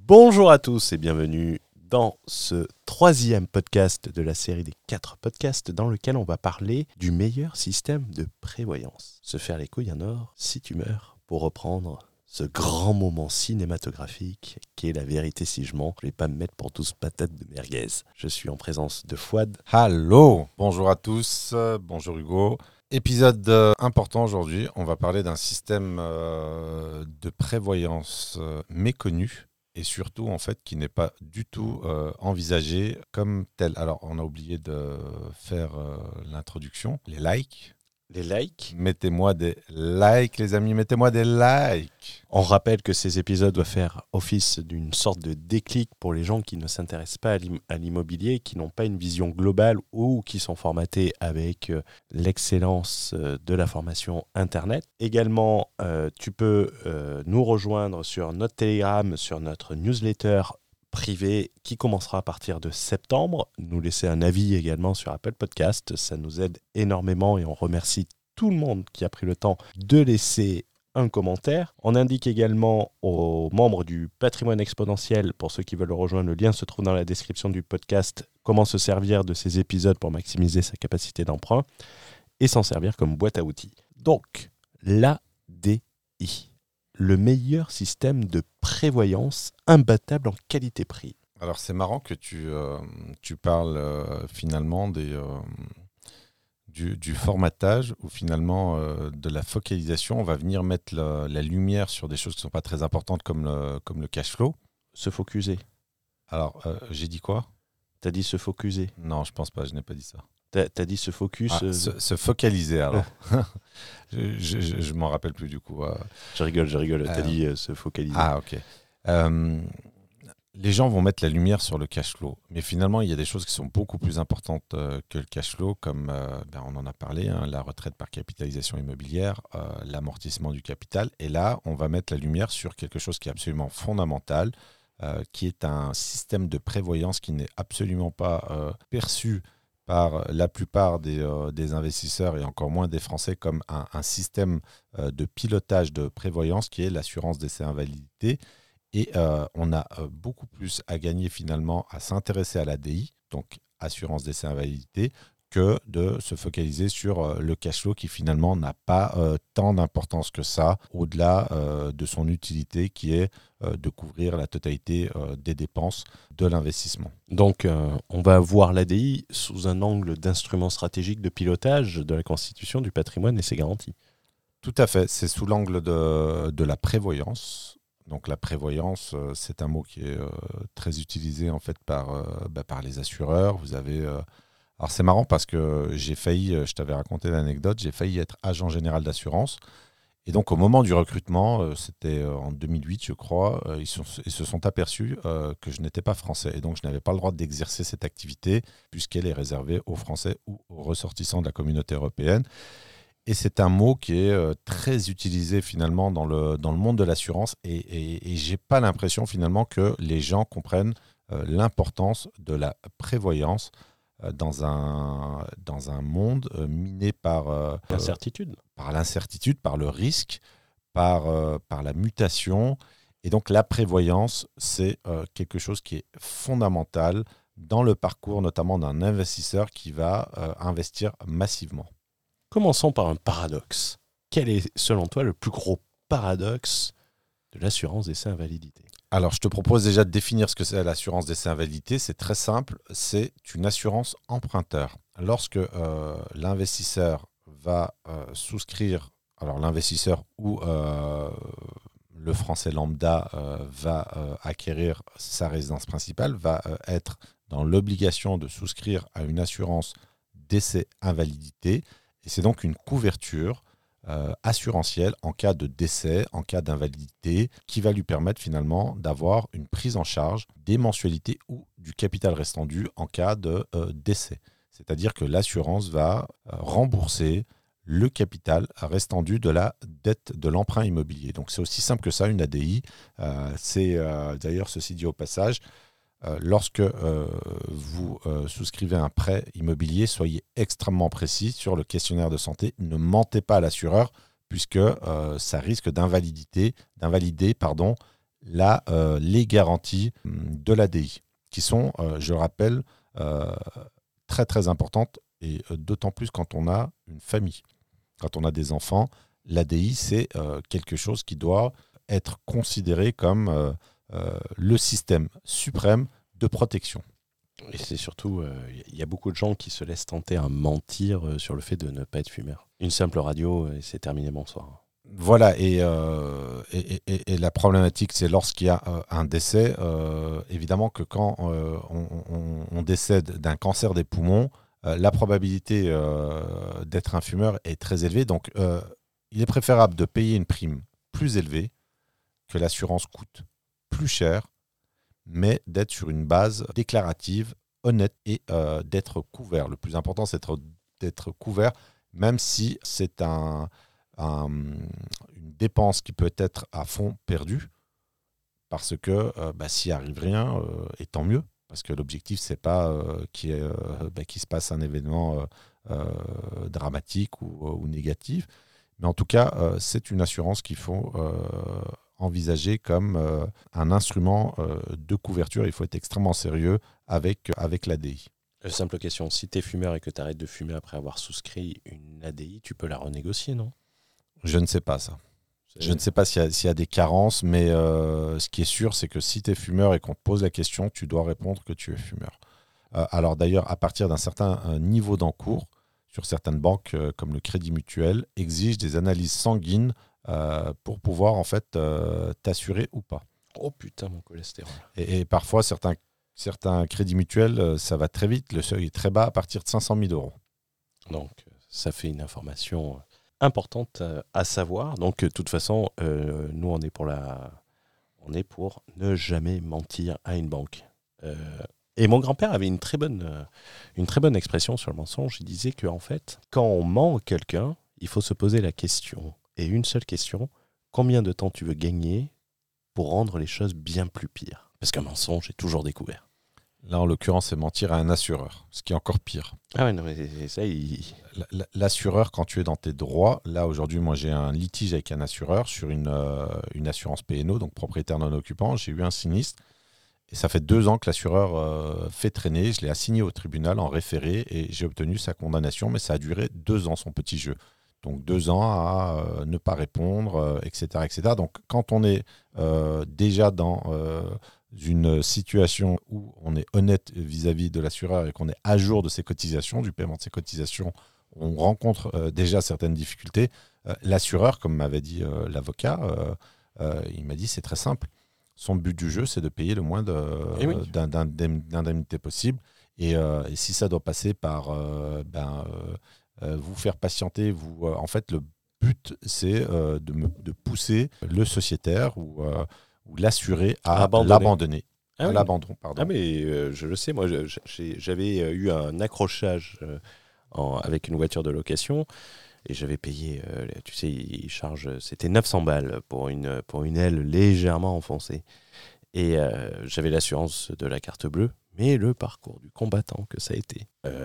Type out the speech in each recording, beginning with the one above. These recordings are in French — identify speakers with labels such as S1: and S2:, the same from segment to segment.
S1: Bonjour à tous et bienvenue dans ce troisième podcast de la série des 4 podcasts dans lequel on va parler du meilleur système de prévoyance. Se faire les couilles en or si tu meurs, pour reprendre ce grand moment cinématographique qui est La vérité si je mens. Je vais pas me mettre pour 12 patates de merguez. Je suis en présence de Fouad.
S2: Allô, bonjour à tous, bonjour Hugo. Épisode important aujourd'hui, on va parler d'un système de prévoyance méconnu et surtout en fait qui n'est pas du tout envisagé comme tel. Alors on a oublié de faire l'introduction, les likes.
S1: Les likes.
S2: Mettez-moi des likes les amis, mettez-moi des likes.
S1: On rappelle que ces épisodes doivent faire office d'une sorte de déclic pour les gens qui ne s'intéressent pas à l'immobilier, qui n'ont pas une vision globale ou qui sont formatés avec l'excellence de la formation Internet. Également, tu peux nous rejoindre sur notre Telegram, sur notre newsletter privé qui commencera à partir de septembre. Nous laisser un avis également sur Apple Podcast, ça nous aide énormément et on remercie tout le monde qui a pris le temps de laisser un commentaire. On indique également aux membres du patrimoine exponentiel, pour ceux qui veulent le rejoindre, le lien se trouve dans la description du podcast, comment se servir de ces épisodes pour maximiser sa capacité d'emprunt et s'en servir comme boîte à outils. Donc, l'ADI. Le meilleur système de prévoyance imbattable en qualité-prix.
S2: Alors c'est marrant que tu parles finalement du formatage ou finalement de la focalisation. On va venir mettre la lumière sur des choses qui ne sont pas très importantes comme le cash flow.
S1: Se focuser.
S2: Alors j'ai dit quoi ?
S1: T'as dit se focuser.
S2: Non, je pense pas, je n'ai pas dit ça.
S1: T'as dit se focus.
S2: Se focaliser alors. je m'en rappelle plus du coup.
S1: Je rigole. T'as dit se focaliser.
S2: Ah ok. Les gens vont mettre la lumière sur le cash flow, mais finalement il y a des choses qui sont beaucoup plus importantes que le cash flow, comme on en a parlé, la retraite par capitalisation immobilière, l'amortissement du capital. Et là, on va mettre la lumière sur quelque chose qui est absolument fondamental, qui est un système de prévoyance qui n'est absolument pas perçu par la plupart des investisseurs et encore moins des Français comme un système de pilotage de prévoyance qui est l'assurance décès invalidité. Et on a beaucoup plus à gagner finalement à s'intéresser à l'ADI, donc assurance décès invalidité, que de se focaliser sur le cash flow qui finalement n'a pas tant d'importance que ça, au-delà de son utilité qui est de couvrir la totalité des dépenses de l'investissement.
S1: Donc on va voir l'ADI sous un angle d'instrument stratégique de pilotage de la constitution du patrimoine et ses garanties.
S2: Tout à fait, c'est sous l'angle de la prévoyance. Donc la prévoyance, c'est un mot qui est très utilisé en fait par les assureurs. Vous avez... Alors c'est marrant parce que j'ai failli, je t'avais raconté l'anecdote, j'ai failli être agent général d'assurance. Et donc au moment du recrutement, c'était en 2008 je crois, ils se sont aperçus que je n'étais pas français. Et donc je n'avais pas le droit d'exercer cette activité puisqu'elle est réservée aux Français ou aux ressortissants de la communauté européenne. Et c'est un mot qui est très utilisé finalement dans le monde de l'assurance. Et je n'ai pas l'impression finalement que les gens comprennent l'importance de la prévoyance dans un monde miné par
S1: L'incertitude.
S2: Par l'incertitude, par le risque, par la mutation. Et donc la prévoyance, c'est quelque chose qui est fondamental dans le parcours notamment d'un investisseur qui va investir massivement.
S1: Commençons par un paradoxe. Quel est selon toi le plus gros paradoxe de l'assurance décès invalidité ?
S2: Alors, je te propose déjà de définir ce que c'est l'assurance décès invalidité. C'est très simple, c'est une assurance emprunteur. Lorsque l'investisseur va souscrire, alors l'investisseur ou le Français lambda va acquérir sa résidence principale, va être dans l'obligation de souscrire à une assurance décès invalidité. Et c'est donc une couverture assurantielle en cas de décès, en cas d'invalidité, qui va lui permettre finalement d'avoir une prise en charge des mensualités ou du capital restant dû en cas de décès. C'est-à-dire que l'assurance va rembourser le capital restant dû de la dette de l'emprunt immobilier. Donc c'est aussi simple que ça, une ADI. D'ailleurs, ceci dit au passage, lorsque vous souscrivez un prêt immobilier, soyez extrêmement précis sur le questionnaire de santé. Ne mentez pas à l'assureur puisque ça risque d'invalider les garanties de l'ADI, qui sont, je le rappelle, très très importantes, et d'autant plus quand on a une famille. Quand on a des enfants, l'ADI, c'est quelque chose qui doit être considéré comme le système suprême de protection.
S1: Et c'est surtout, il y a beaucoup de gens qui se laissent tenter à mentir sur le fait de ne pas être fumeur. Une simple radio, et c'est terminé, bonsoir.
S2: Voilà, et la problématique, c'est lorsqu'il y a un décès, évidemment que quand on décède d'un cancer des poumons, la probabilité d'être un fumeur est très élevée. Donc, il est préférable de payer une prime plus élevée, que l'assurance coûte plus cher, mais d'être sur une base déclarative, honnête, et d'être couvert. Le plus important, c'est d'être couvert, même si c'est une dépense qui peut être à fond perdu, parce que s'il arrive rien, et tant mieux, parce que l'objectif, c'est pas qu'il se passe un événement dramatique ou négatif, mais en tout cas, c'est une assurance qu'il faut envisager comme un instrument de couverture. Il faut être extrêmement sérieux avec l'ADI.
S1: Simple question, si tu es fumeur et que tu arrêtes de fumer après avoir souscrit une ADI, tu peux la renégocier, non ?
S2: Je ne sais pas ça. Je ne sais pas s'il y a des carences, mais ce qui est sûr, c'est que si tu es fumeur et qu'on te pose la question, tu dois répondre que tu es fumeur. Alors d'ailleurs, à partir d'un certain niveau d'encours, sur certaines banques comme le Crédit Mutuel, exigent des analyses sanguines pour pouvoir en fait t'assurer ou pas.
S1: Oh putain, mon cholestérol.
S2: Et parfois, certains crédits mutuels, ça va très vite. Le seuil est très bas à partir de 500 000 euros.
S1: Donc, ça fait une information importante à savoir. Donc, de toute façon, nous, on est pour ne jamais mentir à une banque. Et mon grand-père avait une très bonne expression sur le mensonge. Il disait qu'en fait, quand on ment à quelqu'un, il faut se poser la question, et une seule question, combien de temps tu veux gagner pour rendre les choses bien plus pires ? Parce qu'un mensonge est toujours découvert.
S2: Là, en l'occurrence, c'est mentir à un assureur, ce qui est encore pire.
S1: Ah ouais, non, mais ça,
S2: L'assureur, quand tu es dans tes droits, là, aujourd'hui, moi, j'ai un litige avec un assureur sur une assurance P&O, donc propriétaire non occupant. J'ai eu un sinistre. Et ça fait 2 ans que l'assureur fait traîner. Je l'ai assigné au tribunal en référé et j'ai obtenu sa condamnation, mais ça a duré 2 ans, son petit jeu. Donc 2 ans à ne pas répondre, etc., etc. Donc quand on est déjà dans une situation où on est honnête vis-à-vis de l'assureur et qu'on est à jour de ses cotisations, du paiement de ses cotisations, on rencontre déjà certaines difficultés. L'assureur, comme m'avait dit l'avocat, il m'a dit c'est très simple. Son but du jeu, c'est de payer le moins d'indemnités possible. Et si ça doit passer par vous faire patienter, en fait, le but, c'est de pousser le sociétaire ou l'assuré à l'abandonner.
S1: Ah oui.
S2: L'abandon, pardon.
S1: Ah mais je le sais, moi j'avais eu un accrochage avec une voiture de location. Et j'avais payé, tu sais, ils chargent, c'était 900 balles pour une aile légèrement enfoncée. Et j'avais l'assurance de la carte bleue, mais le parcours du combattant que ça a été.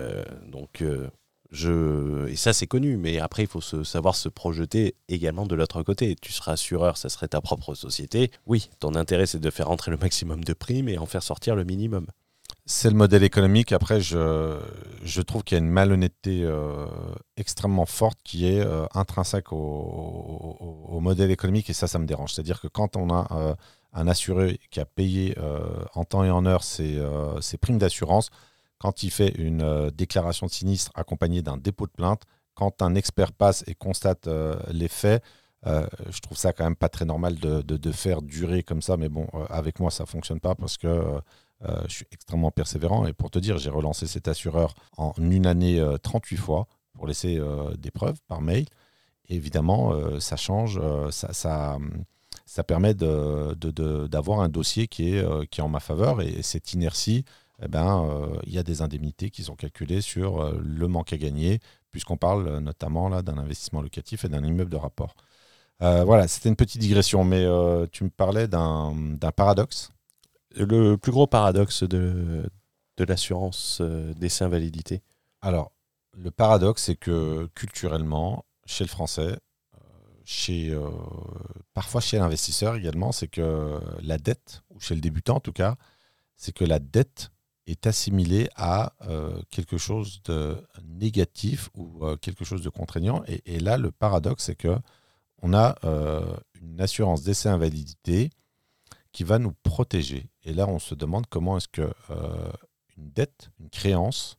S1: Et ça c'est connu, mais après il faut savoir se projeter également de l'autre côté. Tu seras assureur, ça serait ta propre société. Oui, ton intérêt c'est de faire rentrer le maximum de primes et en faire sortir le minimum.
S2: C'est le modèle économique. Après, je trouve qu'il y a une malhonnêteté extrêmement forte qui est intrinsèque au modèle économique, et ça me dérange. C'est-à-dire que quand on a un assuré qui a payé en temps et en heure ses primes d'assurance, quand il fait une déclaration de sinistre accompagnée d'un dépôt de plainte, quand un expert passe et constate les faits, je trouve ça quand même pas très normal de faire durer comme ça. Mais bon, avec moi, ça fonctionne pas parce que je suis extrêmement persévérant. Et pour te dire, j'ai relancé cet assureur en une année 38 fois pour laisser des preuves par mail. Et évidemment, ça change, ça permet d'avoir un dossier qui est en ma faveur. Et cette inertie, il y a des indemnités qui sont calculées sur le manque à gagner, puisqu'on parle notamment là, d'un investissement locatif et d'un immeuble de rapport. Voilà, c'était une petite digression, mais tu me parlais d'un paradoxe.
S1: Le plus gros paradoxe de l'assurance décès invalidité.
S2: Alors, le paradoxe, c'est que culturellement, chez le Français, parfois chez l'investisseur également, c'est que la dette, ou chez le débutant en tout cas, c'est que la dette est assimilée à quelque chose de négatif ou quelque chose de contraignant. Et là, le paradoxe, c'est qu'on a une assurance décès-invalidité qui va nous protéger. Et là, on se demande comment est-ce que une dette, une créance,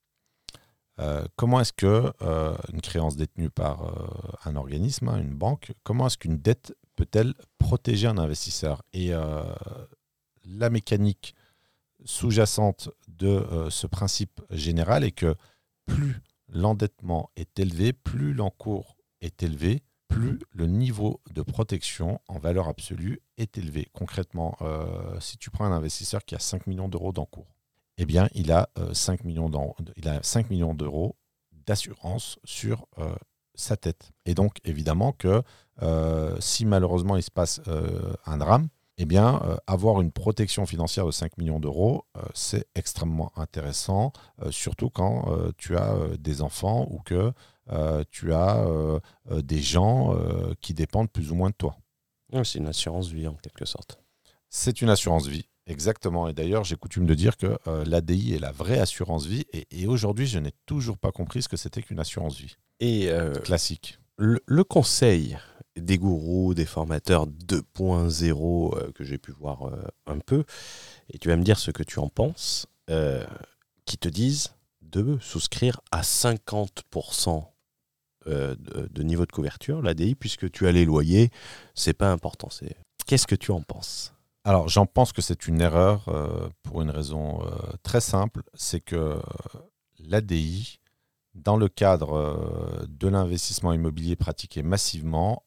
S2: comment est-ce que une créance détenue par un organisme, une banque, comment est-ce qu'une dette peut-elle protéger un investisseur? Et la mécanique sous-jacente de ce principe général est que plus l'endettement est élevé, plus l'encours est élevé, plus le niveau de protection en valeur absolue est élevé. Concrètement, si tu prends un investisseur qui a 5 millions d'euros d'encours, eh bien, il a 5 millions d'euros d'assurance sur sa tête. Et donc, évidemment que si malheureusement il se passe un drame, eh bien, avoir une protection financière de 5 millions d'euros, c'est extrêmement intéressant, surtout quand tu as des enfants ou que tu as des gens qui dépendent plus ou moins de toi.
S1: Oui, c'est une assurance vie en quelque sorte.
S2: C'est une assurance vie, exactement. Et d'ailleurs, j'ai coutume de dire que l'ADI est la vraie assurance vie. Et aujourd'hui, je n'ai toujours pas compris ce que c'était qu'une assurance vie.
S1: Et
S2: classique.
S1: Le conseil des gourous, des formateurs 2.0 que j'ai pu voir un peu, et tu vas me dire ce que tu en penses, qui te disent de souscrire à 50% de niveau de couverture, l'ADI, puisque tu as les loyers, c'est pas important. Qu'est-ce que tu en penses ?
S2: Alors, j'en pense que c'est une erreur pour une raison très simple, c'est que l'ADI, dans le cadre de l'investissement immobilier pratiqué massivement,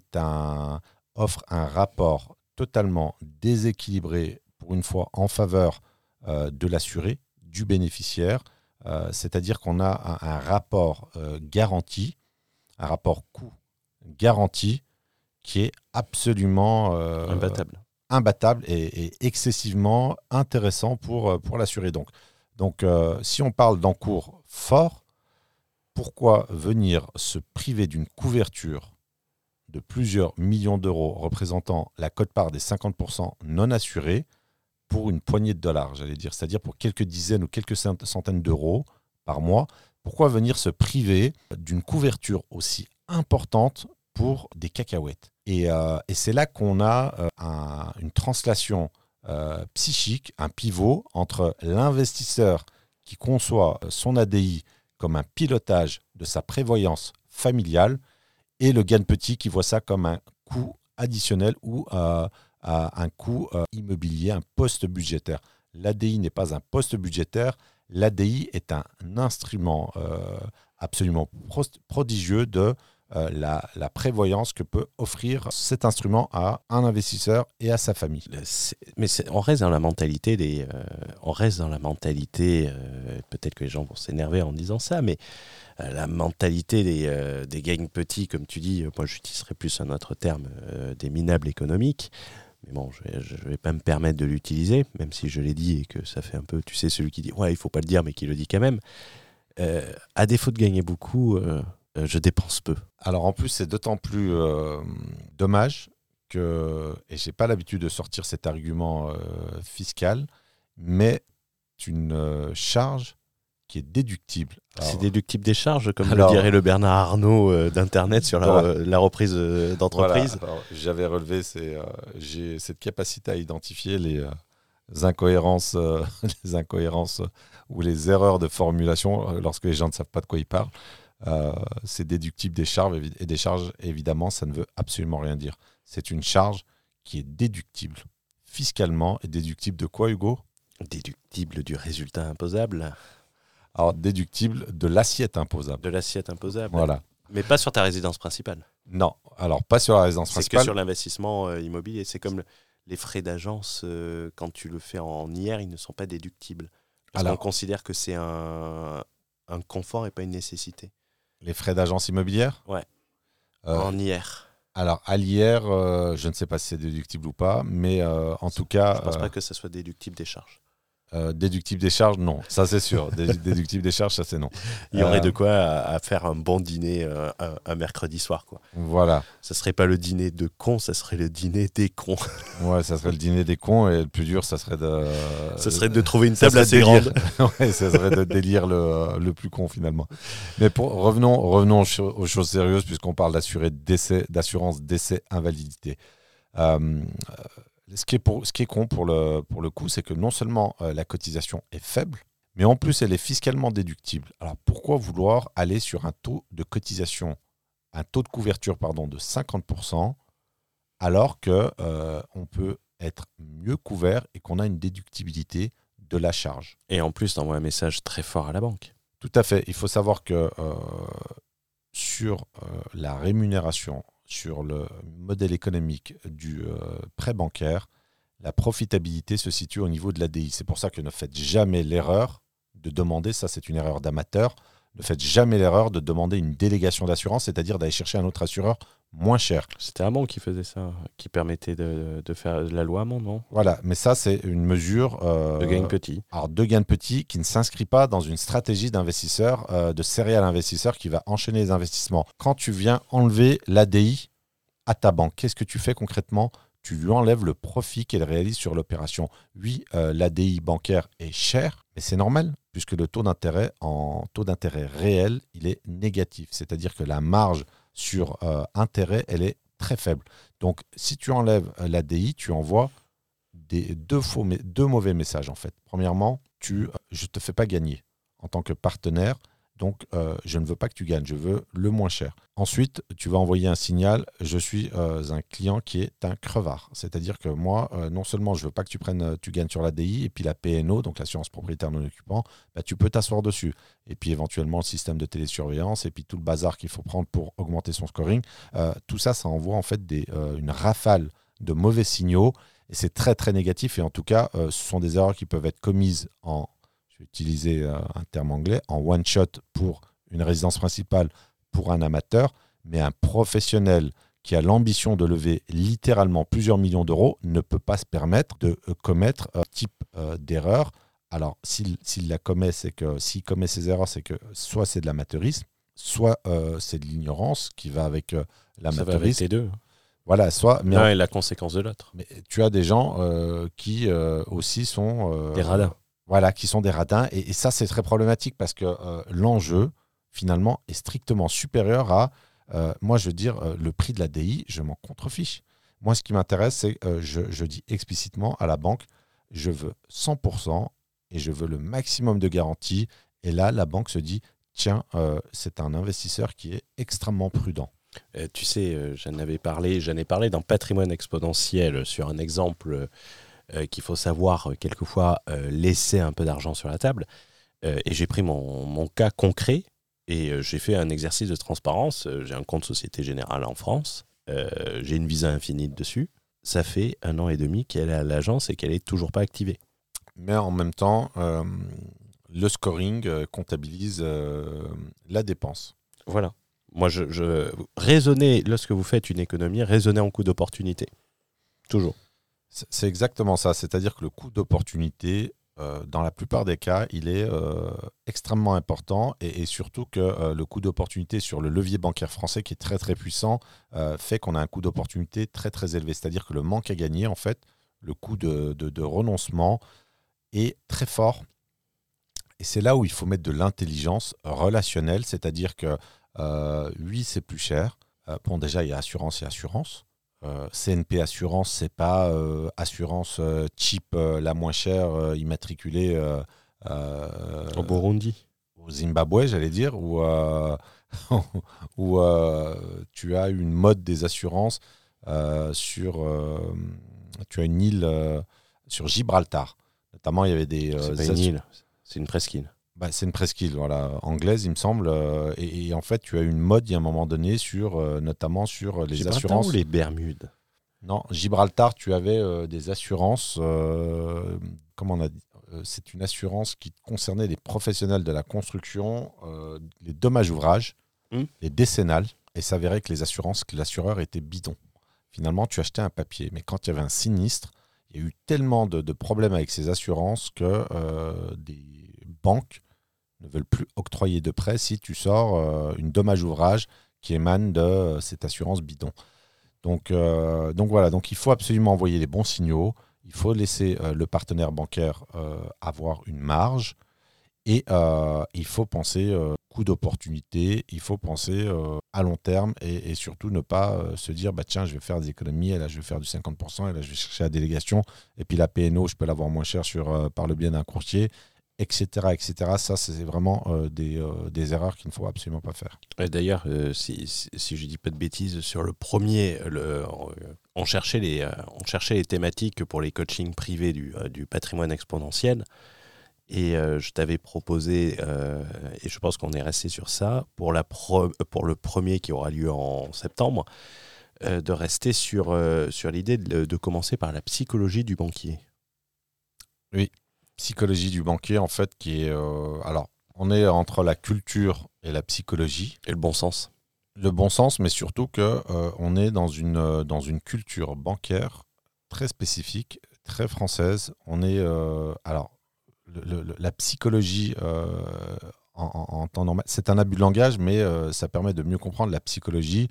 S2: offre un rapport totalement déséquilibré, pour une fois, en faveur de l'assuré, du bénéficiaire. C'est-à-dire qu'on a un rapport garanti, un rapport coût garanti qui est absolument imbattable et excessivement intéressant pour l'assuré. Donc si on parle d'encours fort, pourquoi venir se priver d'une couverture de plusieurs millions d'euros représentant la quote-part des 50% non assurés pour une poignée de dollars, j'allais dire, c'est-à-dire pour quelques dizaines ou quelques centaines d'euros par mois? Pourquoi venir se priver d'une couverture aussi importante pour des cacahuètes? Et c'est là qu'on a une translation psychique, un pivot entre l'investisseur qui conçoit son ADI comme un pilotage de sa prévoyance familiale et le gain petit qui voit ça comme un coût additionnel ou un coût immobilier, un poste budgétaire. L'ADI n'est pas un poste budgétaire, l'ADI est un instrument absolument prodigieux de la prévoyance que peut offrir cet instrument à un investisseur et à sa famille.
S1: On reste dans la mentalité peut-être que les gens vont s'énerver en disant ça, mais la mentalité des gains petits, comme tu dis, moi j'utiliserais plus un autre terme, des minables économiques. Mais bon, je vais pas me permettre de l'utiliser, même si je l'ai dit et que ça fait un peu, tu sais, celui qui dit « ouais, il faut pas le dire », mais qui le dit quand même. À défaut de gagner beaucoup, je dépense peu.
S2: Alors en plus, c'est d'autant plus dommage que, et j'ai pas l'habitude de sortir cet argument fiscal, mais c'est une charge qui est déductible.
S1: C'est déductible des charges, comme le dirait le Bernard Arnault d'Internet sur la reprise d'entreprise.
S2: Voilà. J'avais relevé, j'ai cette capacité à identifier les incohérences ou les erreurs de formulation lorsque les gens ne savent pas de quoi ils parlent. C'est déductible des charges, et des charges, évidemment, ça ne veut absolument rien dire. C'est une charge qui est déductible fiscalement. Et déductible de quoi, Hugo ?
S1: Déductible du résultat imposable.
S2: Alors, déductible de l'assiette imposable.
S1: De l'assiette imposable.
S2: Voilà.
S1: Mais pas sur ta résidence principale.
S2: Non, alors pas sur la résidence principale.
S1: C'est que sur l'investissement immobilier. C'est comme les frais d'agence, quand tu le fais en IR, ils ne sont pas déductibles. Parce qu'on considère que c'est un confort et pas une nécessité.
S2: Les frais d'agence immobilière ?
S1: Ouais. En IR.
S2: Alors, à l'IR, je ne sais pas si c'est déductible ou pas, mais en tout cas...
S1: Je ne pense pas que ça soit déductible des charges.
S2: Déductible des charges, non. Ça, c'est sûr. Déductible des charges, ça, c'est non.
S1: Il y aurait de quoi à faire un bon dîner un mercredi soir, quoi.
S2: Voilà.
S1: Ça serait pas le dîner de cons, ça serait le dîner des cons.
S2: Ouais, ça serait le dîner des cons et le plus dur, ça serait de...
S1: Ça serait de trouver une table assez grande.
S2: Ouais, ça serait de délire le plus con, finalement. Mais revenons aux choses sérieuses, puisqu'on parle d'assurance décès invalidité. Ce qui est con pour le coup, c'est que non seulement la cotisation est faible, mais en plus elle est fiscalement déductible. Alors pourquoi vouloir aller sur un taux de cotisation, un taux de couverture de 50%, alors qu'on peut être mieux couvert et qu'on a une déductibilité de la charge.
S1: Et en plus, t'envoies un message très fort à la banque.
S2: Tout à fait. Il faut savoir que sur la rémunération, sur le modèle économique du prêt bancaire, la profitabilité se situe au niveau de l'ADI. C'est pour ça que ne faites jamais l'erreur de demander, ça c'est une erreur d'amateur, ne faites jamais l'erreur de demander une délégation d'assurance, c'est-à-dire d'aller chercher un autre assureur moins cher.
S1: C'était Hamon qui faisait ça, qui permettait de faire la loi Hamon, non ?
S2: Voilà, mais ça c'est une mesure
S1: de gain petit.
S2: Alors de gain petit qui ne s'inscrit pas dans une stratégie d'investisseur, de serial investisseur qui va enchaîner les investissements. Quand tu viens enlever l'ADI à ta banque, qu'est-ce que tu fais concrètement ? Tu lui enlèves le profit qu'elle réalise sur l'opération. Oui, l'ADI bancaire est cher, mais c'est normal, puisque le taux d'intérêt, en taux d'intérêt réel, il est négatif. C'est-à-dire que la marge sur intérêt, elle est très faible. Donc, si tu enlèves l'ADI, tu envoies deux mauvais messages, en fait. Premièrement, je ne te fais pas gagner en tant que partenaire. Donc, je ne veux pas que tu gagnes, je veux le moins cher. Ensuite, tu vas envoyer un signal, je suis un client qui est un crevard. C'est-à-dire que moi, non seulement je ne veux pas que tu gagnes sur l'ADI, et puis la PNO, donc l'assurance propriétaire non occupant, tu peux t'asseoir dessus. Et puis éventuellement le système de télésurveillance, et puis tout le bazar qu'il faut prendre pour augmenter son scoring. Tout ça, ça envoie en fait une rafale de mauvais signaux, et c'est très très négatif. Et en tout cas, ce sont des erreurs qui peuvent être commises utiliser un terme anglais, en one shot pour une résidence principale pour un amateur, mais un professionnel qui a l'ambition de lever littéralement plusieurs millions d'euros ne peut pas se permettre de commettre ce type d'erreur. Alors, s'il la commet, s'il commet ces erreurs, c'est que soit c'est de l'amateurisme, soit c'est de l'ignorance qui va avec l'amateurisme.
S1: Ça va avec les deux.
S2: Voilà,
S1: l'un est la conséquence de l'autre.
S2: Mais tu as des gens qui aussi sont...
S1: des radins.
S2: Voilà, qui sont des radins. Et ça, c'est très problématique parce que l'enjeu, finalement, est strictement supérieur à, moi, je veux dire, le prix de l'ADI, je m'en contrefiche. Moi, ce qui m'intéresse, c'est que je dis explicitement à la banque, je veux 100% et je veux le maximum de garantie. Et là, la banque se dit, tiens, c'est un investisseur qui est extrêmement prudent.
S1: Tu sais, j'en ai parlé dans Patrimoine exponentiel sur un exemple... qu'il faut savoir quelquefois laisser un peu d'argent sur la table. Et j'ai pris mon cas concret et j'ai fait un exercice de transparence. J'ai un compte Société Générale en France. J'ai une Visa Infinite dessus. Ça fait 1 an et demi qu'elle est à l'agence et qu'elle n'est toujours pas activée.
S2: Mais en même temps, le scoring comptabilise la dépense.
S1: Voilà. Moi, raisonnez, lorsque vous faites une économie, raisonnez en coût d'opportunité. Toujours.
S2: C'est exactement ça. C'est-à-dire que le coût d'opportunité, dans la plupart des cas, il est extrêmement important et surtout que le coût d'opportunité sur le levier bancaire français qui est très très puissant fait qu'on a un coût d'opportunité très très élevé. C'est-à-dire que le manque à gagner, en fait, le coût de renoncement est très fort. Et c'est là où il faut mettre de l'intelligence relationnelle, c'est-à-dire que oui, c'est plus cher. Bon, déjà, il y a assurance et assurance. CNP Assurance, c'est pas assurance cheap, la moins chère, immatriculée
S1: au Burundi,
S2: au Zimbabwe, j'allais dire, où tu as une mode des assurances tu as une île sur Gibraltar. Notamment, il y avait des...
S1: c'est pas une île, c'est une presqu'île.
S2: C'est une presqu'île anglaise, il me semble. Et en fait, tu as une mode, il y a un moment donné, notamment sur les
S1: Gibraltar
S2: assurances.
S1: Ou les Bermudes ?
S2: Non, Gibraltar, tu avais des assurances. Comment on a dit ? C'est une assurance qui concernait les professionnels de la construction, les dommages ouvrages, les décennales. Et s'avérait que l'assureur était bidon. Finalement, tu achetais un papier. Mais quand il y avait un sinistre, Il y a eu tellement de problèmes avec ces assurances que des banques ne veulent plus octroyer de prêt si tu sors une dommage ouvrage qui émane de cette assurance bidon. Donc voilà, donc il faut absolument envoyer les bons signaux, il faut laisser le partenaire bancaire avoir une marge et il faut penser coût d'opportunité, il faut penser à long terme et surtout ne pas se dire bah, tiens, je vais faire des économies et là je vais faire du 50% et là je vais chercher la délégation et puis la PNO, je peux l'avoir moins cher par le biais d'un courtier, etc. etc. Ça, c'est vraiment des erreurs qu'il ne faut absolument pas faire.
S1: Et d'ailleurs, si je dis pas de bêtises, sur le premier, on cherchait les thématiques pour les coachings privés du patrimoine exponentiel. Et je t'avais proposé, et je pense qu'on est resté sur ça, pour le premier qui aura lieu en septembre, de rester sur l'idée de commencer par la psychologie du banquier.
S2: Oui, psychologie du banquier, en fait, qui est... alors, on est entre la culture et la psychologie.
S1: Et le bon sens.
S2: Le bon sens, mais surtout qu'on est dans une culture bancaire très spécifique, très française. On est... alors, la psychologie en temps normal, c'est un abus de langage, mais ça permet de mieux comprendre la psychologie.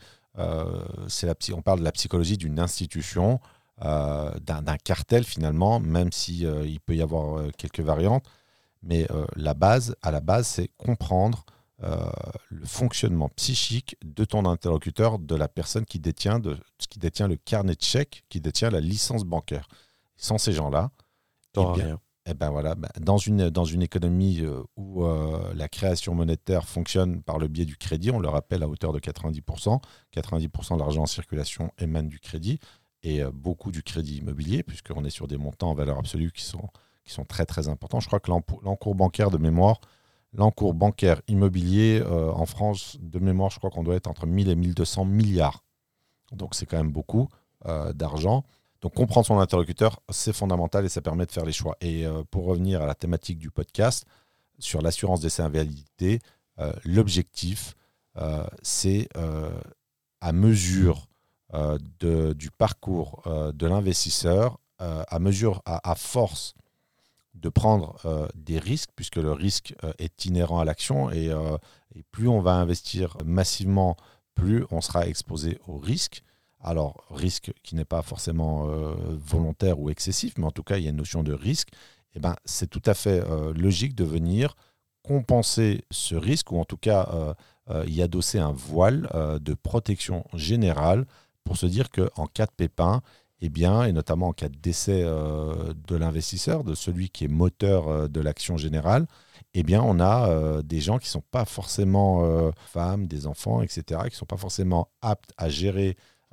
S2: On parle de la psychologie d'une institution, d'un cartel finalement, même si il peut y avoir quelques variantes. Mais à la base, c'est comprendre le fonctionnement psychique de ton interlocuteur, de la personne qui détient le carnet de chèques, qui détient la licence bancaire. Sans ces gens-là,
S1: Rien.
S2: eh ben voilà, dans une économie où la création monétaire fonctionne par le biais du crédit, on le rappelle à hauteur de 90%, 90% de l'argent en circulation émane du crédit et beaucoup du crédit immobilier, puisqu'on est sur des montants en valeur absolue qui sont très très importants. Je crois que l'encours bancaire de mémoire, l'encours bancaire immobilier en France de mémoire, je crois qu'on doit être entre 1000 et 1200 milliards. Donc c'est quand même beaucoup d'argent. Donc comprendre son interlocuteur, c'est fondamental et ça permet de faire les choix. Et pour revenir à la thématique du podcast, sur l'assurance décès invalidité, l'objectif, c'est à mesure du parcours de l'investisseur, à force de prendre des risques, puisque le risque est inhérent à l'action et plus on va investir massivement, plus on sera exposé au risque. Alors, risque qui n'est pas forcément volontaire ou excessif, mais en tout cas, il y a une notion de risque. Eh ben, c'est tout à fait logique de venir compenser ce risque, ou en tout cas y adosser un voile de protection générale pour se dire qu'en cas de pépin, eh bien, et notamment en cas de décès de l'investisseur, de celui qui est moteur de l'action générale, eh bien, on a des gens qui ne sont pas forcément femmes, des enfants, etc., qui ne sont pas forcément aptes à gérer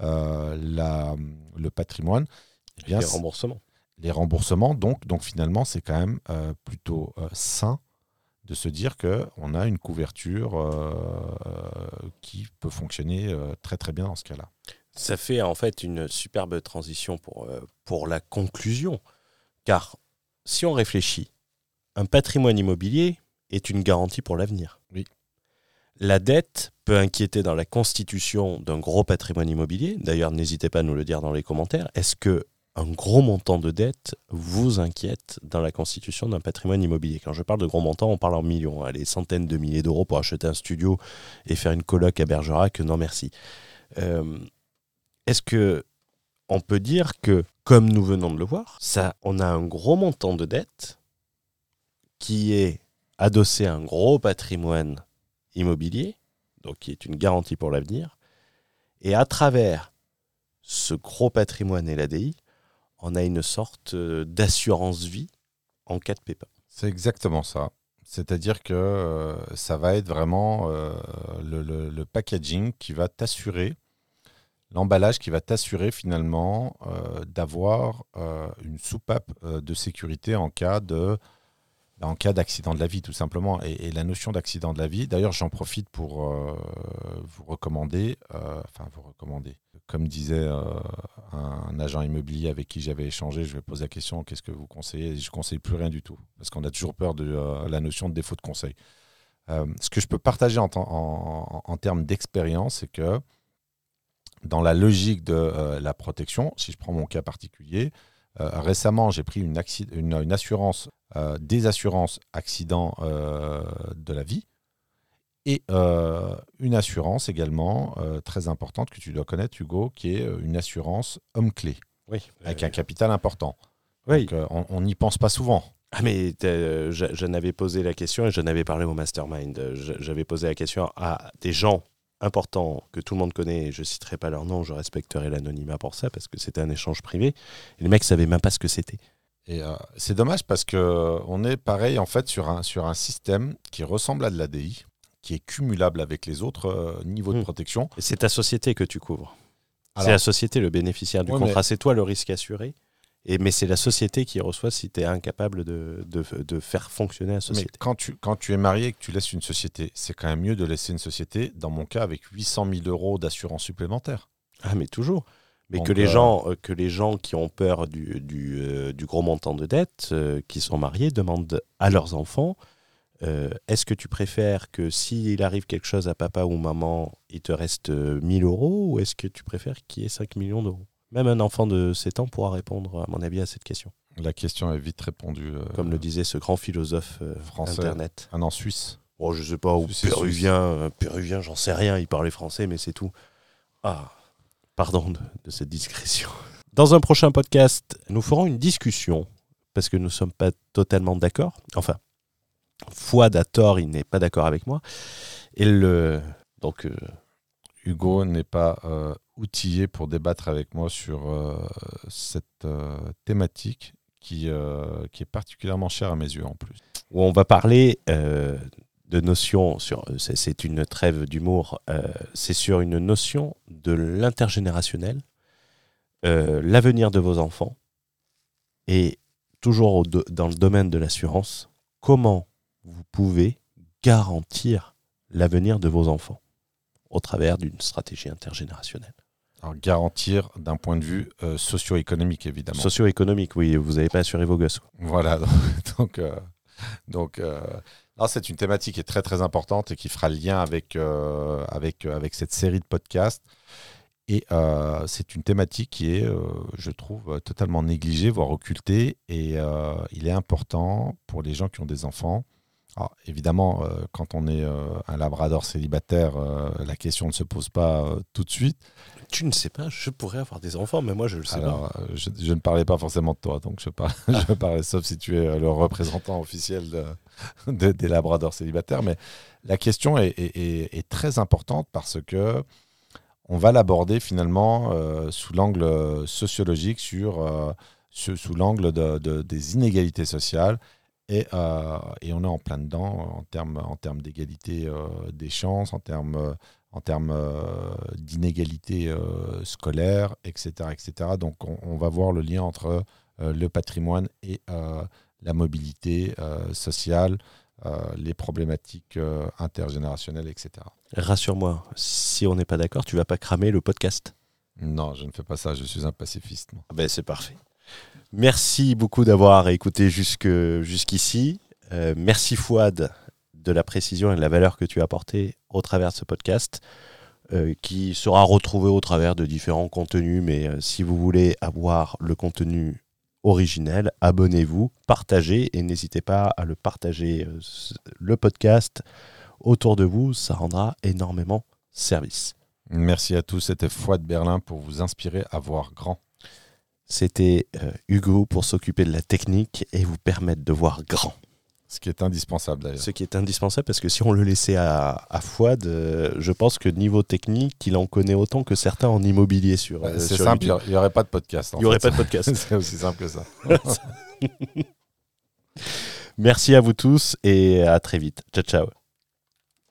S2: le patrimoine, eh bien, les remboursements, donc finalement, c'est quand même plutôt sain de se dire qu'on a une couverture qui peut fonctionner très très bien dans ce cas-là.
S1: Ça fait en fait une superbe transition pour la conclusion, car si on réfléchit, un patrimoine immobilier est une garantie pour l'avenir.
S2: Oui.
S1: La dette peut inquiéter dans la constitution d'un gros patrimoine immobilier. D'ailleurs, n'hésitez pas à nous le dire dans les commentaires. Est-ce qu'un gros montant de dette vous inquiète dans la constitution d'un patrimoine immobilier? Quand je parle de gros montants, on parle en millions. Les centaines de milliers d'euros pour acheter un studio et faire une coloc à Bergerac, non merci. Est-ce qu'on peut dire que, comme nous venons de le voir, on a un gros montant de dette qui est adossé à un gros patrimoine immobilier, donc qui est une garantie pour l'avenir, et à travers ce gros patrimoine et l'ADI, on a une sorte d'assurance vie en cas de pépin.
S2: C'est exactement ça. C'est-à-dire que ça va être vraiment le packaging qui va t'assurer, l'emballage qui va t'assurer finalement d'avoir une soupape de sécurité en cas d'accident de la vie, tout simplement. Et la notion d'accident de la vie, d'ailleurs, j'en profite pour vous recommander, comme disait un agent immobilier avec qui j'avais échangé, je lui ai posé la question, qu'est-ce que vous conseillez? Je ne conseille plus rien du tout, parce qu'on a toujours peur de la notion de défaut de conseil. Ce que je peux partager en termes d'expérience, c'est que dans la logique de la protection, si je prends mon cas particulier, Récemment, j'ai pris une assurance, des assurances accident de la vie et une assurance également très importante que tu dois connaître, Hugo, qui est une assurance homme-clé avec un capital important.
S1: Oui.
S2: Donc, on n'y pense pas souvent.
S1: Ah mais j'en avais posé la question et j'en avais parlé au mastermind. J'avais posé la question à des gens importants que tout le monde connaît. Je ne citerai pas leur nom, je respecterai l'anonymat pour ça parce que c'était un échange privé. Et les mecs ne savaient même pas ce que c'était.
S2: Et c'est dommage parce qu'on est pareil en fait sur un système qui ressemble à de l'ADI, qui est cumulable avec les autres niveaux de protection.
S1: Et c'est ta société que tu couvres. C'est la société le bénéficiaire du contrat. C'est toi le risque assuré. Mais c'est la société qui reçoit si tu es incapable de faire fonctionner la société.
S2: Mais quand tu es marié et que tu laisses une société, c'est quand même mieux de laisser une société, dans mon cas, avec 800 000 € d'assurance supplémentaire.
S1: Ah, mais toujours. Mais
S2: Donc,
S1: que les gens qui ont peur du gros montant de dette, qui sont mariés, demandent à leurs enfants, est-ce que tu préfères que s'il arrive quelque chose à papa ou maman, il te reste 1 000 € ou est-ce que tu préfères qu'il y ait 5 millions d'euros ? Même un enfant de 7 ans pourra répondre, à mon avis, à cette question.
S2: La question est vite répondue.
S1: Comme le disait ce grand philosophe
S2: français,
S1: Internet.
S2: Ah non, suisse.
S1: Oh, je sais pas, ou péruvien, j'en sais rien, il parlait français, mais c'est tout. Ah, pardon de cette discrétion. Dans un prochain podcast, nous ferons une discussion, parce que nous ne sommes pas totalement d'accord. Enfin, Fouad a tort, il n'est pas d'accord avec moi.
S2: Hugo n'est pas outillé pour débattre avec moi sur cette thématique qui est particulièrement chère à mes yeux en plus.
S1: Où on va parler de notions, c'est une trêve d'humour, c'est sur une notion de l'intergénérationnel, l'avenir de vos enfants, et toujours dans le domaine de l'assurance, comment vous pouvez garantir l'avenir de vos enfants au travers d'une stratégie intergénérationnelle.
S2: Alors, garantir d'un point de vue socio-économique, évidemment.
S1: Socio-économique, oui, vous n'avez pas assuré vos gosses.
S2: Voilà, donc là, c'est une thématique qui est très très importante et qui fera lien avec cette série de podcasts. Et c'est une thématique qui est, je trouve, totalement négligée, voire occultée. Et il est important pour les gens qui ont des enfants. Alors, évidemment, quand on est un labrador célibataire, la question ne se pose pas tout de suite.
S1: Tu ne sais pas, je pourrais avoir des enfants, mais moi je le sais pas.
S2: Je ne parlais pas forcément de toi, donc je parlais sauf si tu es le représentant officiel des labradors célibataires. Mais la question est très importante parce que on va l'aborder finalement sous l'angle sociologique, sous l'angle des inégalités sociales. Et on est en plein dedans en termes d'égalité des chances, en termes d'inégalité scolaire, etc., etc. Donc on va voir le lien entre le patrimoine et la mobilité sociale, les problématiques intergénérationnelles, etc.
S1: Rassure-moi, si on n'est pas d'accord, tu ne vas pas cramer le podcast.
S2: Non, je ne fais pas ça, je suis un pacifiste.
S1: Ben, c'est parfait. Merci beaucoup d'avoir écouté jusqu'ici. Merci Fouad de la précision et de la valeur que tu as apportée au travers de ce podcast, qui sera retrouvé au travers de différents contenus. Mais si vous voulez avoir le contenu originel, abonnez-vous, partagez et n'hésitez pas à le partager, le podcast autour de vous. Ça rendra énormément service.
S2: Merci à tous. C'était Fouad Berlin pour vous inspirer à voir grand.
S1: C'était Hugo pour s'occuper de la technique et vous permettre de voir grand.
S2: Ce qui est indispensable d'ailleurs.
S1: Ce qui est indispensable parce que si on le laissait à Fouad, je pense que niveau technique, il en connaît autant que certains en immobilier sur
S2: c'est
S1: sur
S2: simple,
S1: YouTube.
S2: il n'y aurait pas de podcast.
S1: Il n'y aurait pas de podcast.
S2: C'est aussi simple que ça.
S1: Merci à vous tous et à très vite. Ciao, ciao.